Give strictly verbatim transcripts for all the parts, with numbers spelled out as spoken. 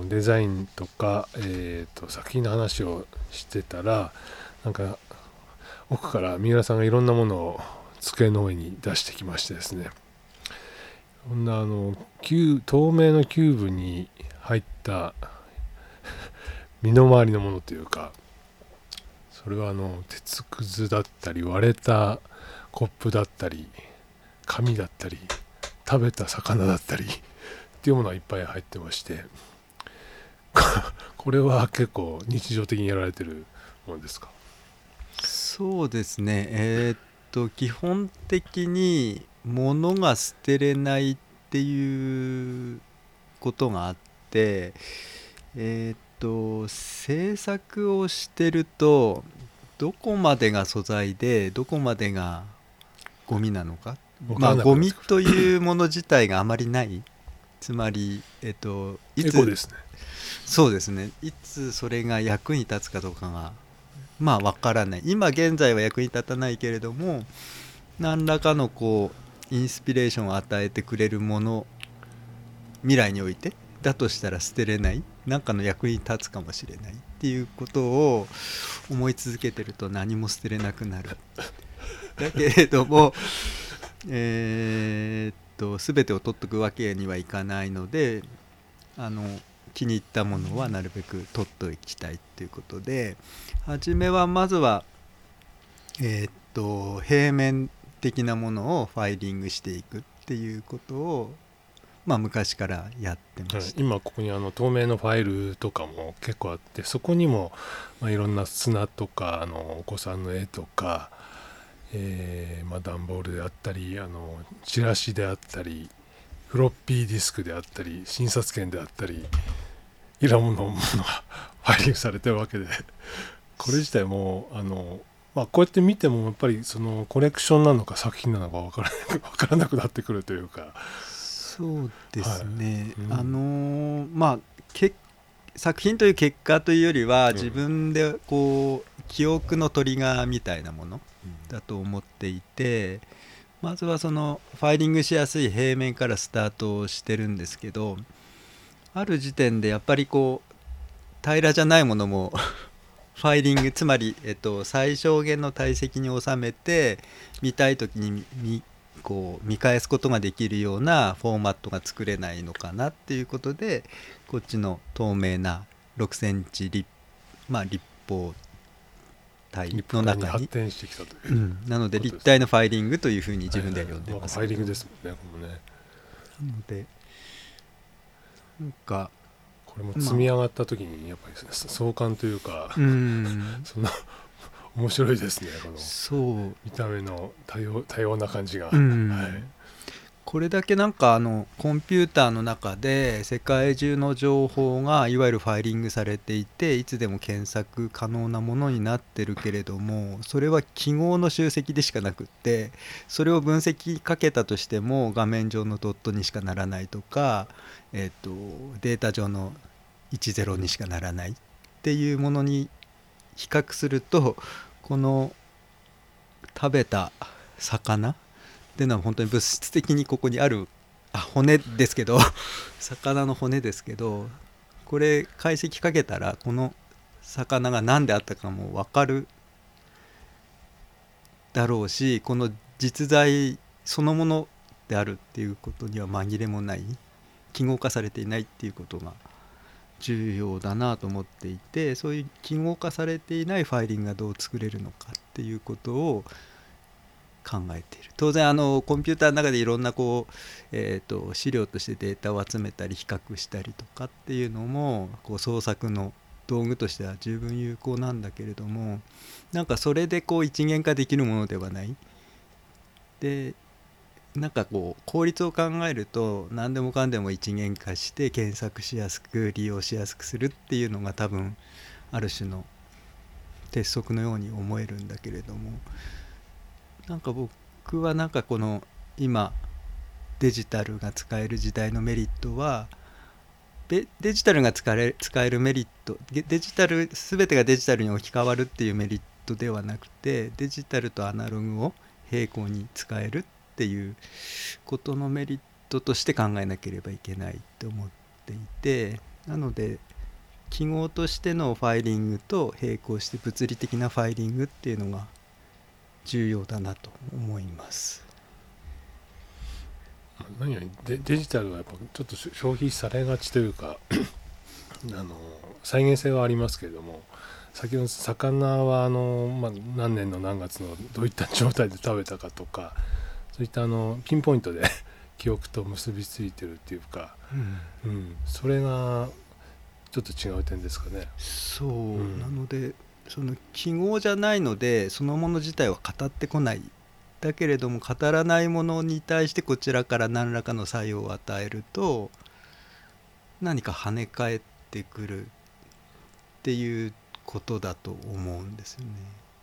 のデザインとか、えー、と作品の話をしてたら、なんか奥から三浦さんがいろんなものを机の上に出してきましてですね、こんなあのキュー透明のキューブに入った身の回りのものというか、それはあの鉄くずだったり割れたコップだったり紙だったり食べた魚だったりっていうものがいっぱい入ってましてこれは結構日常的にやられてるものですか？ そうですね、えーっと基本的に物が捨てれないっていうことがあって、えーっと制作をしてるとどこまでが素材でどこまでがゴミなのか、まあ分からなくゴミとなってくる。 いうもの自体があまりない、つまり、えっと、いつエコですね。 そうですね、いつそれが役に立つかどうかがまあわからない。今現在は役に立たないけれども、何らかのこうインスピレーションを与えてくれるもの、未来においてだとしたら捨てれない、何かの役に立つかもしれないっていうことを思い続けてると何も捨てれなくなる。だけれどもえーっと全てを取っとくわけにはいかないので、あの気に入ったものはなるべく取っておきたいということで、初めはまずはえーっと平面的なものをファイリングしていくっていうことを、まあ、昔からやってました。 今ここにあの透明のファイルとかも結構あって、そこにも、まあ、いろんな砂とかあのお子さんの絵とか、えーまあ、段ボールであったり、あのチラシであったりフロッピーディスクであったり診察券であったり、いろんなものがファイリングされてるわけで、これ自体もあの、まあ、こうやって見てもやっぱりそのコレクションなのか作品なのか分からなく、分からなくなってくるというか。 そうですね、 はい、うん、 あのーまあけ作品という結果というよりは、 うん、 自分でこう記憶のトリガーみたいなものだと思っていて、まずはそのファイリングしやすい平面からスタートをしてるんですけど、ある時点でやっぱりこう平らじゃないものもファイリング、つまり、えっと、最小限の体積に収めて見たい時に見こう見返すことができるようなフォーマットが作れないのかなっていうことで、こっちの透明なろくセンチ立、まあ、立方体の中に発展してきたという、 うん、なので立体のファイリングというふうに自分では呼んでます、 はいはい、まあ、ファイリングですもんね、このね。 なのでなんかこれも積み上がった時にやっぱり壮観というか、 まあ、うんそんな面白いですね、このそう見た目の多様、多様な感じが、 うん、 はい、 これだけなんかあのコンピューターの中で世界中の情報がいわゆるファイリングされていて、いつでも検索可能なものになってるけれども、それは記号の集積でしかなくって、それを分析かけたとしても画面上のドットにしかならないとか、えーと、データ上のいちゼロにしかならないっていうものに比較すると、この食べた魚っていうのは本当に物質的にここにある、あ骨ですけど魚の骨ですけど、これ解析かけたらこの魚が何であったかも分かるだろうし、この実在そのものであるっていうことには紛れもない、記号化されていないっていうことが重要だなと思っていて、そういう記号化されていないファイリングがどう作れるのかっていうことを考えている。当然あのコンピューターの中でいろんなこう、えーと資料としてデータを集めたり比較したりとかっていうのもこう創作の道具としては十分有効なんだけれども、なんかそれでこう一元化できるものではない。でなんかこう効率を考えると何でもかんでも一元化して検索しやすく利用しやすくするっていうのが多分ある種の鉄則のように思えるんだけれども、なんか僕はなんかこの今デジタルが使える時代のメリットは、デジタルが使える、使えるメリット、デジタル全てがデジタルに置き換わるっていうメリットではなくて、デジタルとアナログを並行に使えるっていうことのメリットとして考えなければいけないと思っていて、 なので記号としてのファイリングと並行して物理的なファイリングっていうのが重要だなと思います。 何より デ, デジタルはやっぱちょっと消費されがちというかあの再現性はありますけれども、先ほど魚はあの、まあ、何年の何月のどういった状態で食べたかとか、そういったあのピンポイントで記憶と結びついてるっていうか、うんうん、それがちょっと違う点ですかね。 そう、 うん、 なのでその記号じゃないのでそのもの自体は語ってこない。だけれども語らないものに対してこちらから何らかの作用を与えると何か跳ね返ってくるっていうことだと思うんですよね。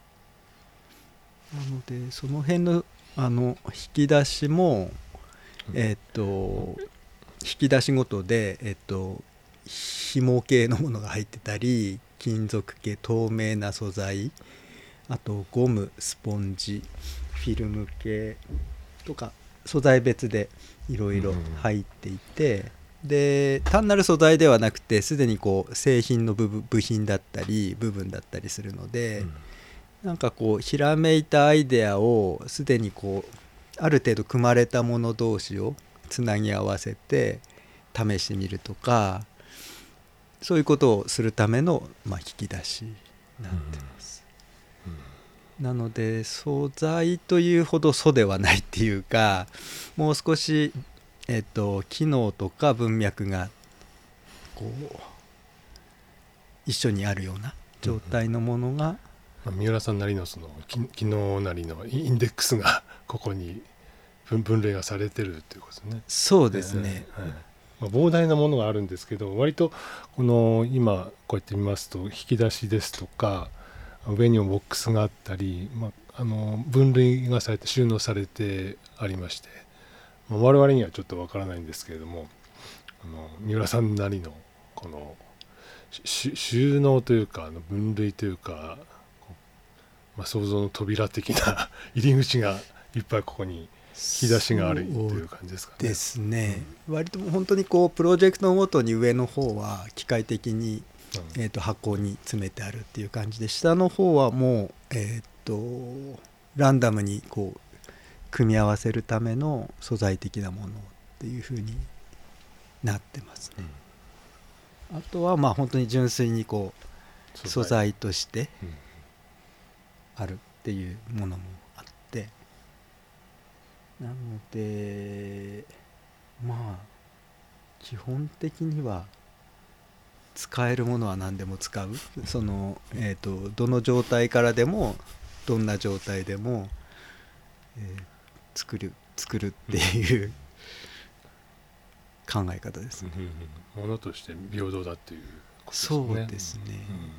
なのでその辺のあの引き出しも、えっと引き出しごとで、えっと紐系のものが入ってたり、金属系、透明な素材、あとゴム、スポンジ、フィルム系とか素材別でいろいろ入っていて、で単なる素材ではなくてすでにこう製品の部分部品だったり部分だったりするので、うん、なんかこうひらめいたアイデアをすでにこうある程度組まれたもの同士をつなぎ合わせて試してみるとか、そういうことをするための、まあ、引き出しになってます、うんうん、なので素材というほど素ではないっていうか、もう少しえっと、機能とか文脈がこう一緒にあるような状態のものが、 うんうん、三浦さんなりのその機能なりのインデックスがここに 分, 分類がされてるっていうことですね。 そうですね、 えーはいまあ、膨大なものがあるんですけど、割とこの今こうやって見ますと引き出しですとか上にもボックスがあったり、まあ、あの分類がされて収納されてありまして、我々にはちょっとわからないんですけれども、あの三浦さんなりのこの収納というかあの分類というか、まあ、想像の扉的な入り口がいっぱいここに引き出しがあるという感じですかね。 ですね、うん、割と本当にこうプロジェクトごとに上の方は機械的に、うんえー、と箱に詰めてあるっていう感じで、下の方はもう、えー、とランダムにこう組み合わせるための素材的なものっていう風になってますね、うん、あとはまあ本当に純粋にこう素材としてあるっていうものもあって、なのでまあ基本的には使えるものは何でも使う、その、えーと、どの状態からでもどんな状態でも、えー作る作るっていう、うん、考え方ですね、 うん、ものとして平等だっていうことですね。 そうですね、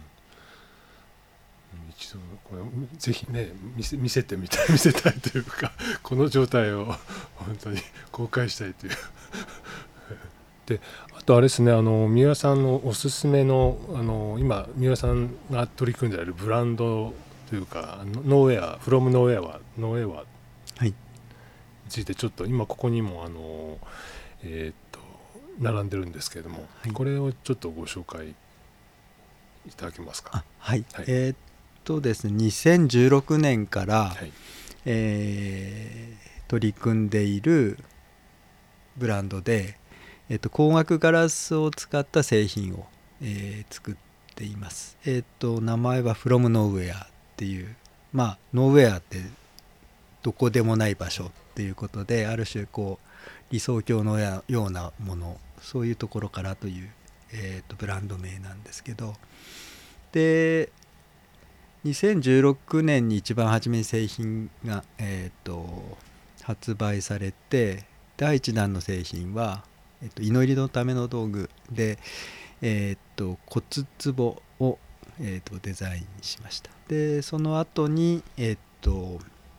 うん、一度これぜひね見せ、見せてみたい見せたいというかこの状態を本当に公開したいというで、あとあれですね、あの三浦さんのおすすめの、あの今三浦さんが取り組んでいるブランドというかノーウェアフロムノーウェアはノーウェアはいについてちょっと今ここにもあの、えー、っと並んでるんですけれども、はい、これをちょっとご紹介いただけますか。 あ、はい、はい、えー、っとですねにせんじゅうろくねんから、はいえー、取り組んでいるブランドで、えー、っと光学ガラスを使った製品を、えー、作っています。えー、っと名前は From Nowhere っていう、まあノーウェアってどこでもない場所っていうことで、ある種こう理想郷のようなもの、そういうところからという、えー、とブランド名なんですけど、でにせんじゅうろくねんに一番初めに製品が、えー、と発売されて、だいいちだんの製品は、えー、と祈りのための道具で、えー、と骨壺を、えー、とデザインしました。でその後にえっ、と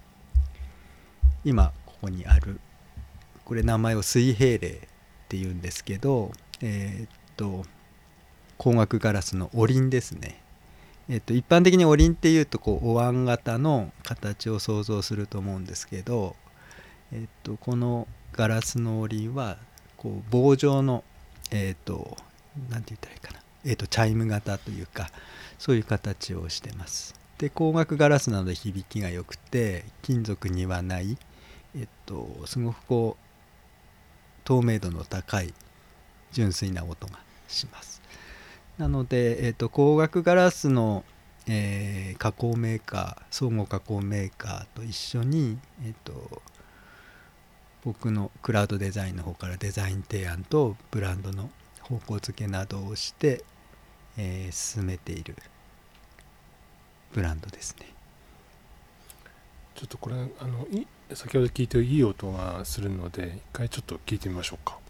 今ここにある、これ名前を水平霊っていうんですけど、えー、っと光学ガラスのお輪ですね。えー、っと一般的にお輪っていうとこうお椀型の形を想像すると思うんですけど、えー、っとこのガラスのお輪はこう棒状の、えー、っとなんて言ったらいいかな、えーと、チャイム型というかそういう形をしてます。で光学ガラスなので響きが良くて金属にはない、えっと、すごくこう透明度の高い純粋な音がします。なので、えっと、光学ガラスの、えー加工メーカー相互加工メーカーと一緒に、えっと、僕のクラウドデザインの方からデザイン提案とブランドの方向付けなどをして、えー進めているブランドですね。 ちょっとこれあのい先ほど聞いていい音がするので一回ちょっと聞いてみましょうか。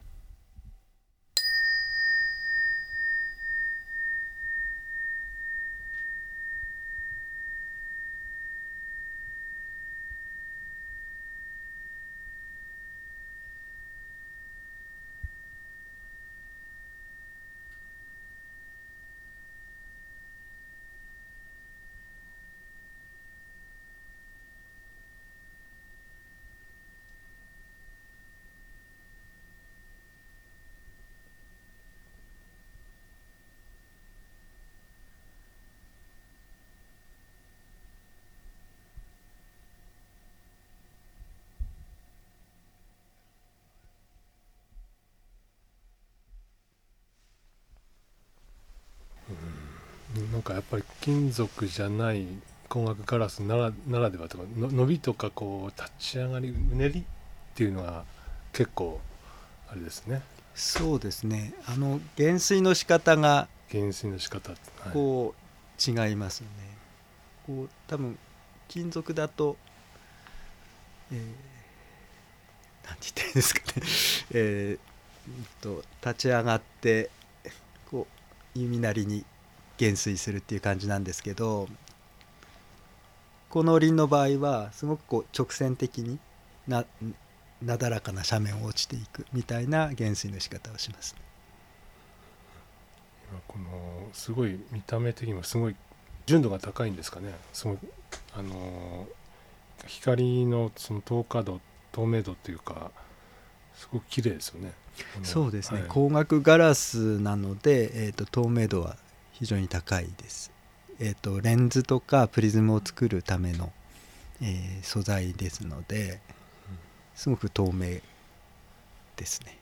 なんかやっぱり金属じゃない光学ガラスならならではとかの伸びとかこう立ち上がりうねりっていうのが結構あれですね。 そうですね、あの減衰の仕方が減衰の仕方って、はい、 こう違いますよね。こう多分金属だと、えー、なんて言ったらいいんですかね、えー、と立ち上がってこう弓なりに減衰するっていう感じなんですけど、この輪の場合はすごくこう直線的にななだらかな斜面を落ちていくみたいな減衰の仕方をします。 今このすごい見た目的にもすごい純度が高いんですかね。すごいあの光のその透過度透明度っていうかすごく綺麗ですよね。 そうですね、 はい、 光学ガラスなので、えー、と透明度は非常に高いです。えー、とレンズとかプリズムを作るための、えー素材ですのですごく透明ですね。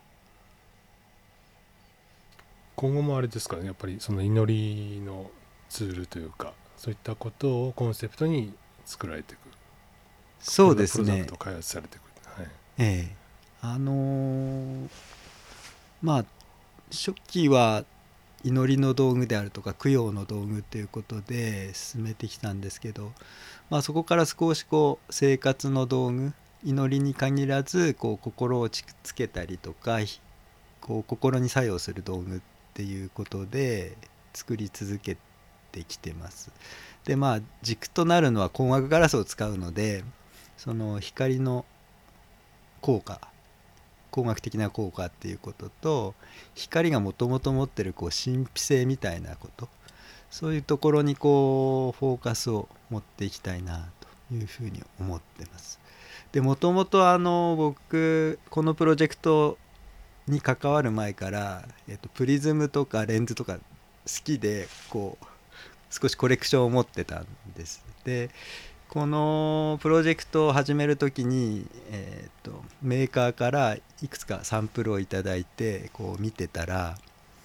今後もあれですかね、やっぱりその祈りのツールというかそういったことをコンセプトに作られていく。 そうですね、 プロダクト開発されていく、はい、 ええあのーまあ初期は祈りの道具であるとか供養の道具ということで進めてきたんですけど、まあ、そこから少しこう生活の道具、祈りに限らずこう心をつけたりとかこう心に作用する道具っていうことで作り続けてきてます。でまあ軸となるのは光学ガラスを使うので、その光の効果、光学的な効果っていうことと光がもともと持ってるこう神秘性みたいなこと、そういうところにこうフォーカスを持っていきたいなというふうに思ってます。でもともとあの僕このプロジェクトに関わる前から、えっと、プリズムとかレンズとか好きでこう少しコレクションを持ってたんです。でこのプロジェクトを始めるときに、えー、とメーカーからいくつかサンプルをいただいてこう見てたら、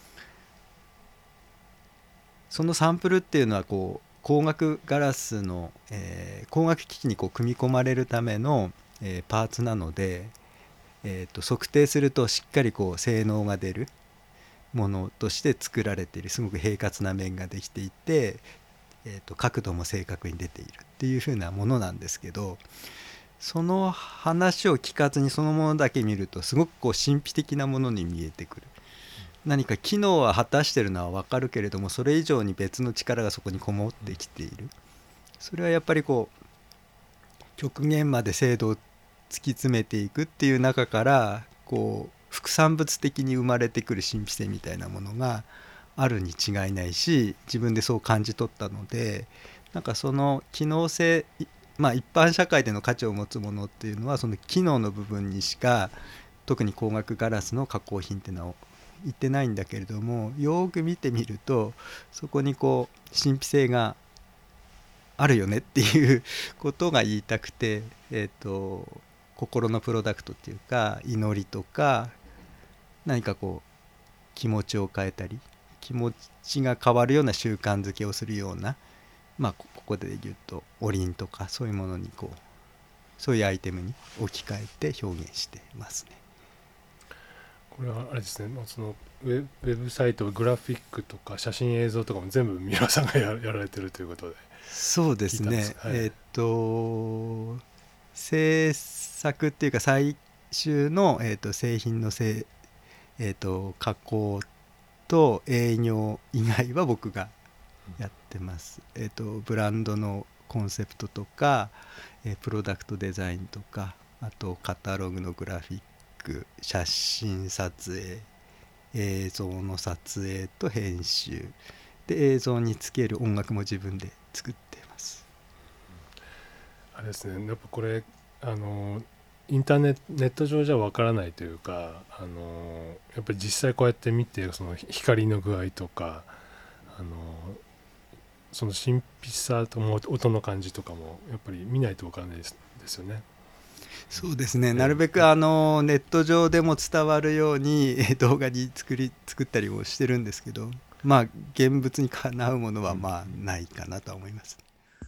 そのサンプルっていうのはこう光学ガラスの、えー光学機器にこう組み込まれるための、えーパーツなので、えー、と測定するとしっかりこう性能が出るものとして作られている、すごく平滑な面ができていて、えー、と角度も正確に出ているっていう風なものなんですけど、その話を聞かずにそのものだけ見るとすごくこう神秘的なものに見えてくる。何か機能は果たしてるのは分かるけれども、それ以上に別の力がそこにこもってきている。それはやっぱりこう極限まで精度を突き詰めていくっていう中からこう副産物的に生まれてくる神秘性みたいなものがあるに違いないし、自分でそう感じ取ったので、なんかその機能性、まあ一般社会での価値を持つものっていうのはその機能の部分にしか、特に光学ガラスの加工品っていうのは言ってないんだけれども、よく見てみるとそこにこう神秘性があるよねっていうことが言いたくて、えーと心のプロダクトっていうか、祈りとか何かこう気持ちを変えたり気持ちが変わるような習慣づけをするような、まあここで言うとおりんとかそういうものにこうそういうアイテムに置き換えて表現してますね。 これはあれですね、そのウェブ、ウェブサイト、グラフィックとか写真映像とかも全部三浦さんが や, やられてるということで。 そうですね、はい、えっ、ー、と制作っていうか最終の、えー、と製品のせい、えー、と加工と営業以外は僕がやってます、うん、えー、とブランドのコンセプトとか、えー、プロダクトデザインとか、あとカタログのグラフィック、写真撮影、映像の撮影と編集で、映像につける音楽も自分で作ってます。 あれですね、やっぱこれあのインターネット、ネット上じゃわからないというか、あのやっぱり実際こうやって見て、その光の具合とか、あのその神秘さとも音の感じとかもやっぱり見ないとわからないです、ですよね。 そうですね、なるべくあのネット上でも伝わるように動画に作り作ったりもしてるんですけど、まあ現物にかなうものはまあないかなとは思います。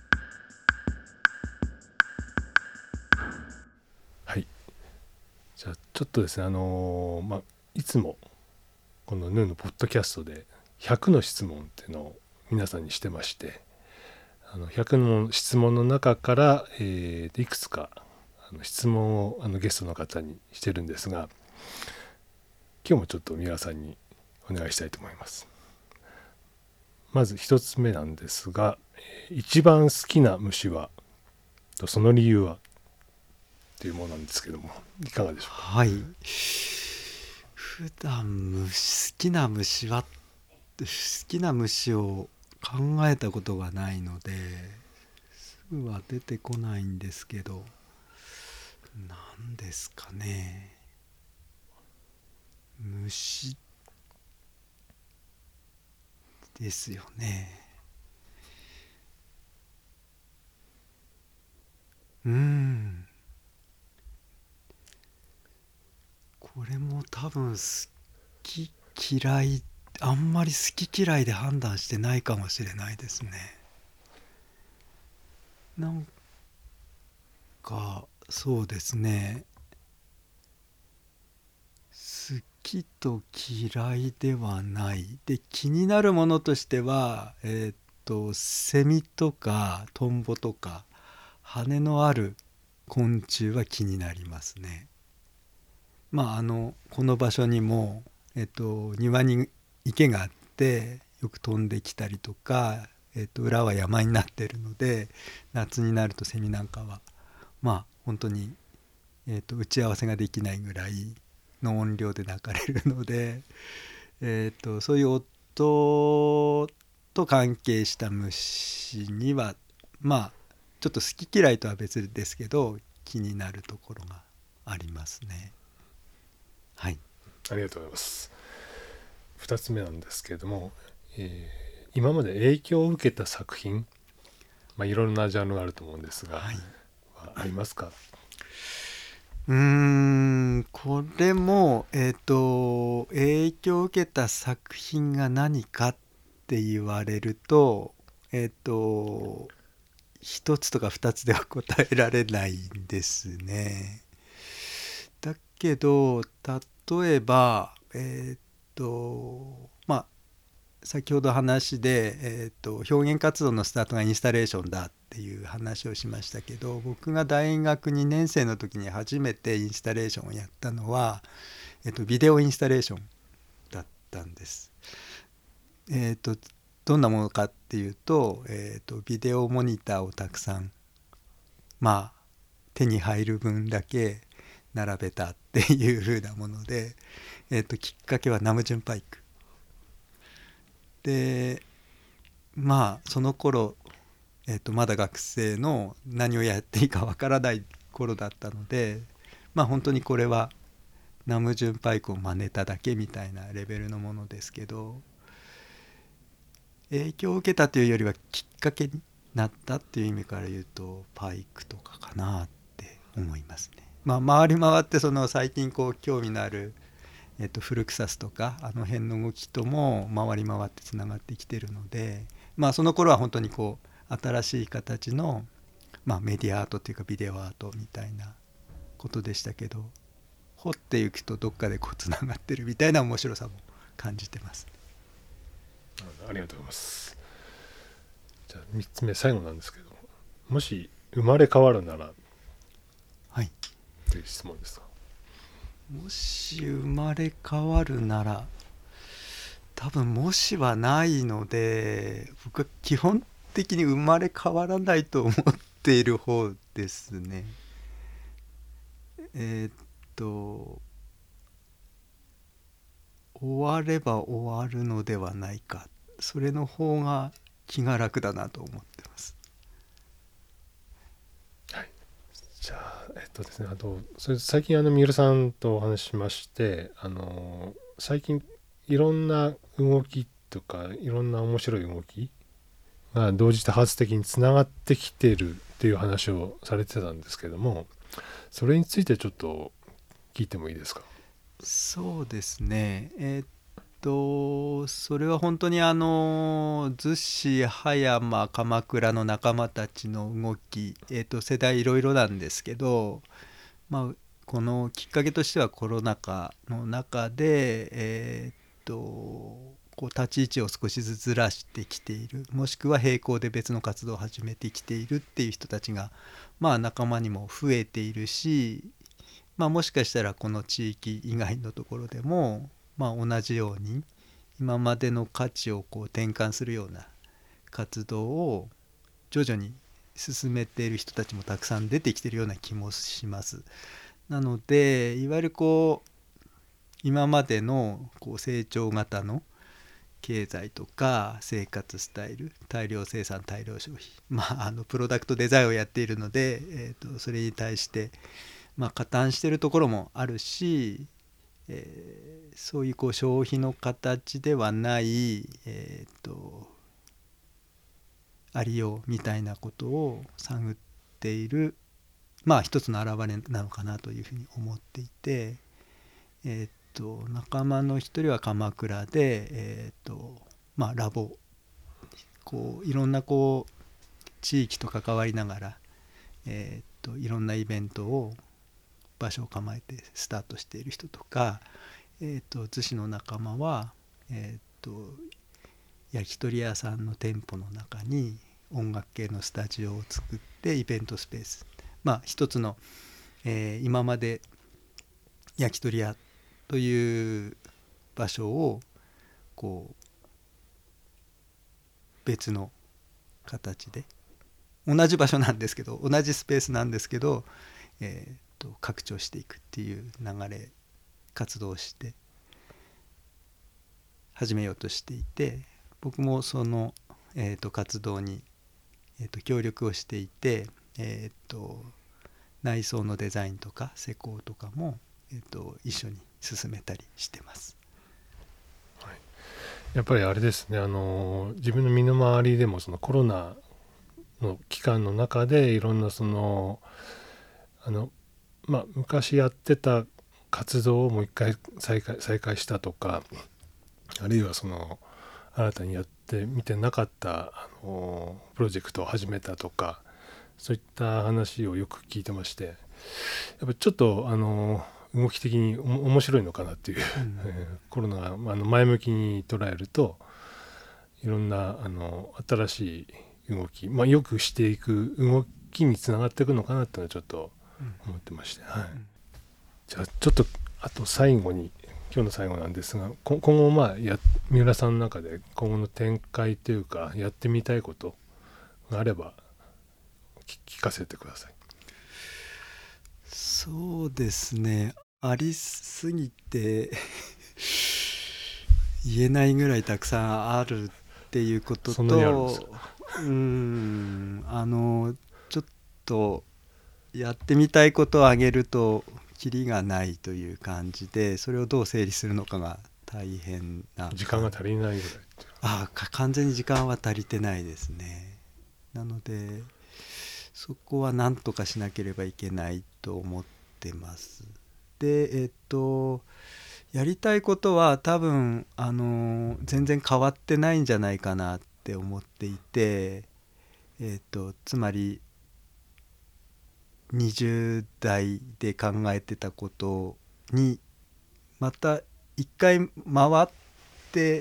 はい、じゃあちょっとですね、あのーまあ、いつもこのヌーのポッドキャストでひゃくの質問っていうのを皆さんにしてまして、あのひゃくの質問の中から、えー、いくつかあの質問をあのゲストの方にしてるんですが、今日もちょっと三浦さんにお願いしたいと思います。まず一つ目なんですが、一番好きな虫はとその理由はっていうものなんですけども、いかがでしょうか。 はい、普段虫好きな虫は好きな虫を考えたことがないのですぐは出てこないんですけど、何ですかね。虫ですよね。うーんこれも多分好き嫌い、あんまり好き嫌いで判断してないかもしれないですね。なんかそうですね、好きと嫌いではないで、気になるものとしては、えーっとセミとかトンボとか羽のある昆虫は気になりますね。まああのこの場所にも、えーっと庭に池があってよく飛んできたりとか、えーっと裏は山になってるので、夏になるとセミなんかはまあ本当に、えーと打ち合わせができないぐらいの音量で鳴かれるので、えーとそういう音と関係した虫にはまあちょっと好き嫌いとは別ですけど気になるところがありますね。はい、 ありがとうございます。ふたつめなんですけれども、えー、今まで影響を受けた作品、まあ、いろんなジャンルがあると思うんですが、はい、ありますか。 うーんこれも、えーと影響を受けた作品が何かって言われると、えっと一つとか二つでは答えられないんですね。だけど例えばえっとまあ先ほど話で、えー、と表現活動のスタートがインスタレーションだっていう話をしましたけど、僕が大学にねん生の時に初めてインスタレーションをやったのは、えー、とビデオインスタレーションだったんです。えー、とどんなものかっていうと、えー、とビデオモニターをたくさんまあ手に入る分だけ並べたっていう風なもので、えー、ときっかけはナムジュンパイクで、まあその頃、えー、とまだ学生の何をやっていいかわからない頃だったので、まあ本当にこれはナムジュンパイクを真似ただけみたいなレベルのものですけど、影響を受けたというよりはきっかけになったっていう意味から言うとパイクとかかなって思いますね。まあ回り回ってその最近こう興味のある、えっと、フルクサスとかあの辺の動きとも回り回ってつながってきてるので、まあその頃は本当にこう新しい形の、まあ、メディアアートっていうかビデオアートみたいなことでしたけど、掘っていくとどっかでこうつながってるみたいな面白さも感じてます。 ありがとうございます。じゃあみっつめ最後なんですけど、もし生まれ変わるならはいという質問ですか。 もし生まれ変わるなら、多分もしはないので、僕は基本的に生まれ変わらないと思っている方ですね。えーっと終われば終わるのではないか、それの方が気が楽だなと思ってます。 はい、じゃあえっとですねあとそれ最近あの三浦さんとお話ししまして、あの最近いろんな動きとかいろんな面白い動きが同時多発的につながってきてるっていう話をされてたんですけども、それについてちょっと聞いてもいいですか。 そうですね、えーっとそれは本当にあの逗子葉山鎌倉の仲間たちの動き、えーっと世代いろいろなんですけど、まあこのきっかけとしてはコロナ禍の中でえーっとこう立ち位置を少しずつずらしてきている、もしくは並行で別の活動を始めてきているっていう人たちがまあ仲間にも増えているし、まあ、もしかしたらこの地域以外のところでも、まあ、同じように今までの価値をこう転換するような活動を徐々に進めている人たちもたくさん出てきているような気もします。なのでいわゆるこう今までのこう成長型の経済とか生活スタイル、大量生産大量消費、まあ、あのプロダクトデザインをやっているので、えーとそれに対してまあ、加担しているところもあるし、えー、そういうこう消費の形ではない、えー、とありようみたいなことを探っている、まあ一つの表れなのかなというふうに思っていて、えー、と仲間の一人は鎌倉で、えーとまあ、ラボこういろんなこう地域と関わりながら、えー、といろんなイベントを場所を構えてスタートしている人とか、えー、と逗子の仲間は、えー、と焼き鳥屋さんの店舗の中に音楽系のスタジオを作ってイベントスペース、まあ一つの、えー、今まで焼き鳥屋という場所をこう別の形で同じ場所なんですけど同じスペースなんですけど、えーと拡張していくっていう流れ活動をして始めようとしていて、僕もその、えーと活動に、えーと協力をしていて、えーと内装のデザインとか施工とかも、えーと一緒に進めたりしてます。 はい、やっぱりあれですね、あの自分の身の回りでもそのコロナの期間の中でいろんなそのあのまあ、昔やってた活動をもう一回再開、再開したとか、あるいはその新たにやってみてなかったあのプロジェクトを始めたとか、そういった話をよく聞いてまして、やっぱちょっとあの動き的にお面白いのかなっていう、うん、コロナがあの前向きに捉えるといろんなあの新しい動き、まあ、よくしていく動きにつながっていくのかなっていうのはちょっと思ってまして、はい、じゃあちょっとあと最後に今日の最後なんですが、今後まあや三浦さんの中で今後の展開というかやってみたいことがあれば聞かせてください。 そうですね、ありすぎて言えないぐらいたくさんあるっていうことと、 そんなにあるんですか。 うーんあのちょっとやってみたいことを挙げるとキリがないという感じで、それをどう整理するのかが大変な。 時間が足りないぐらいっていう。 ああ、完全に時間は足りてないですね。なのでそこは何とかしなければいけないと思ってます。でえっとやりたいことは多分あの全然変わってないんじゃないかなって思っていて、えっとつまりにじゅう代で考えてたことにまた一回回って、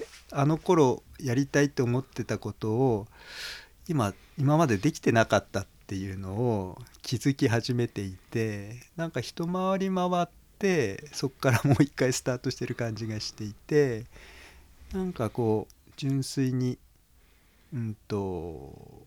あの頃やりたいと思ってたことを今今までできてなかったっていうのを気づき始めていて、なんか一回り回ってそこからもう一回スタートしてる感じがしていて、なんかこう純粋にうんと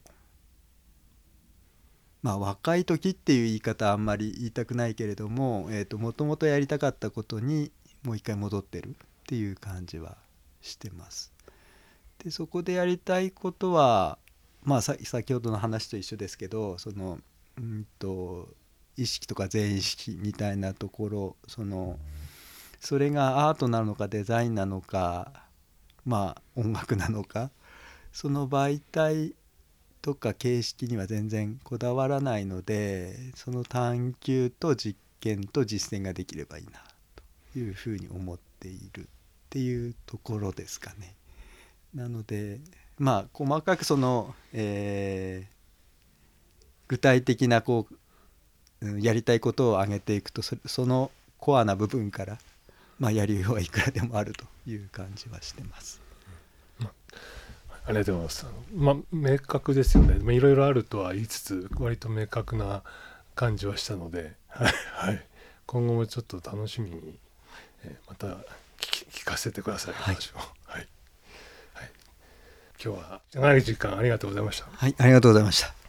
まあ若い時っていう言い方あんまり言いたくないけれども、えーと、もともとやりたかったことにもう一回戻ってるっていう感じはしてます。でそこでやりたいことはまあさ先ほどの話と一緒ですけど、そのうんと意識とか全意識みたいなところ、そのそれがアートなのかデザインなのか、まあ音楽なのか、その媒体とか形式には全然こだわらないので、その探求と実験と実践ができればいいなというふうに思っているっていうところですかね。なのでまあ細かくその、えー、具体的なこうやりたいことを挙げていくと、そ, そのコアな部分から、まあ、やりようはいくらでもあるという感じはしてます。 ありがとうございます。まあ明確ですよね。まあいろいろあるとは言いつつ割と明確な感じはしたので、はいはい、今後もちょっと楽しみに、えー、また 聞, 聞かせてください、話を、はいはい、今日は長い時間ありがとうございました。 はい、ありがとうございました。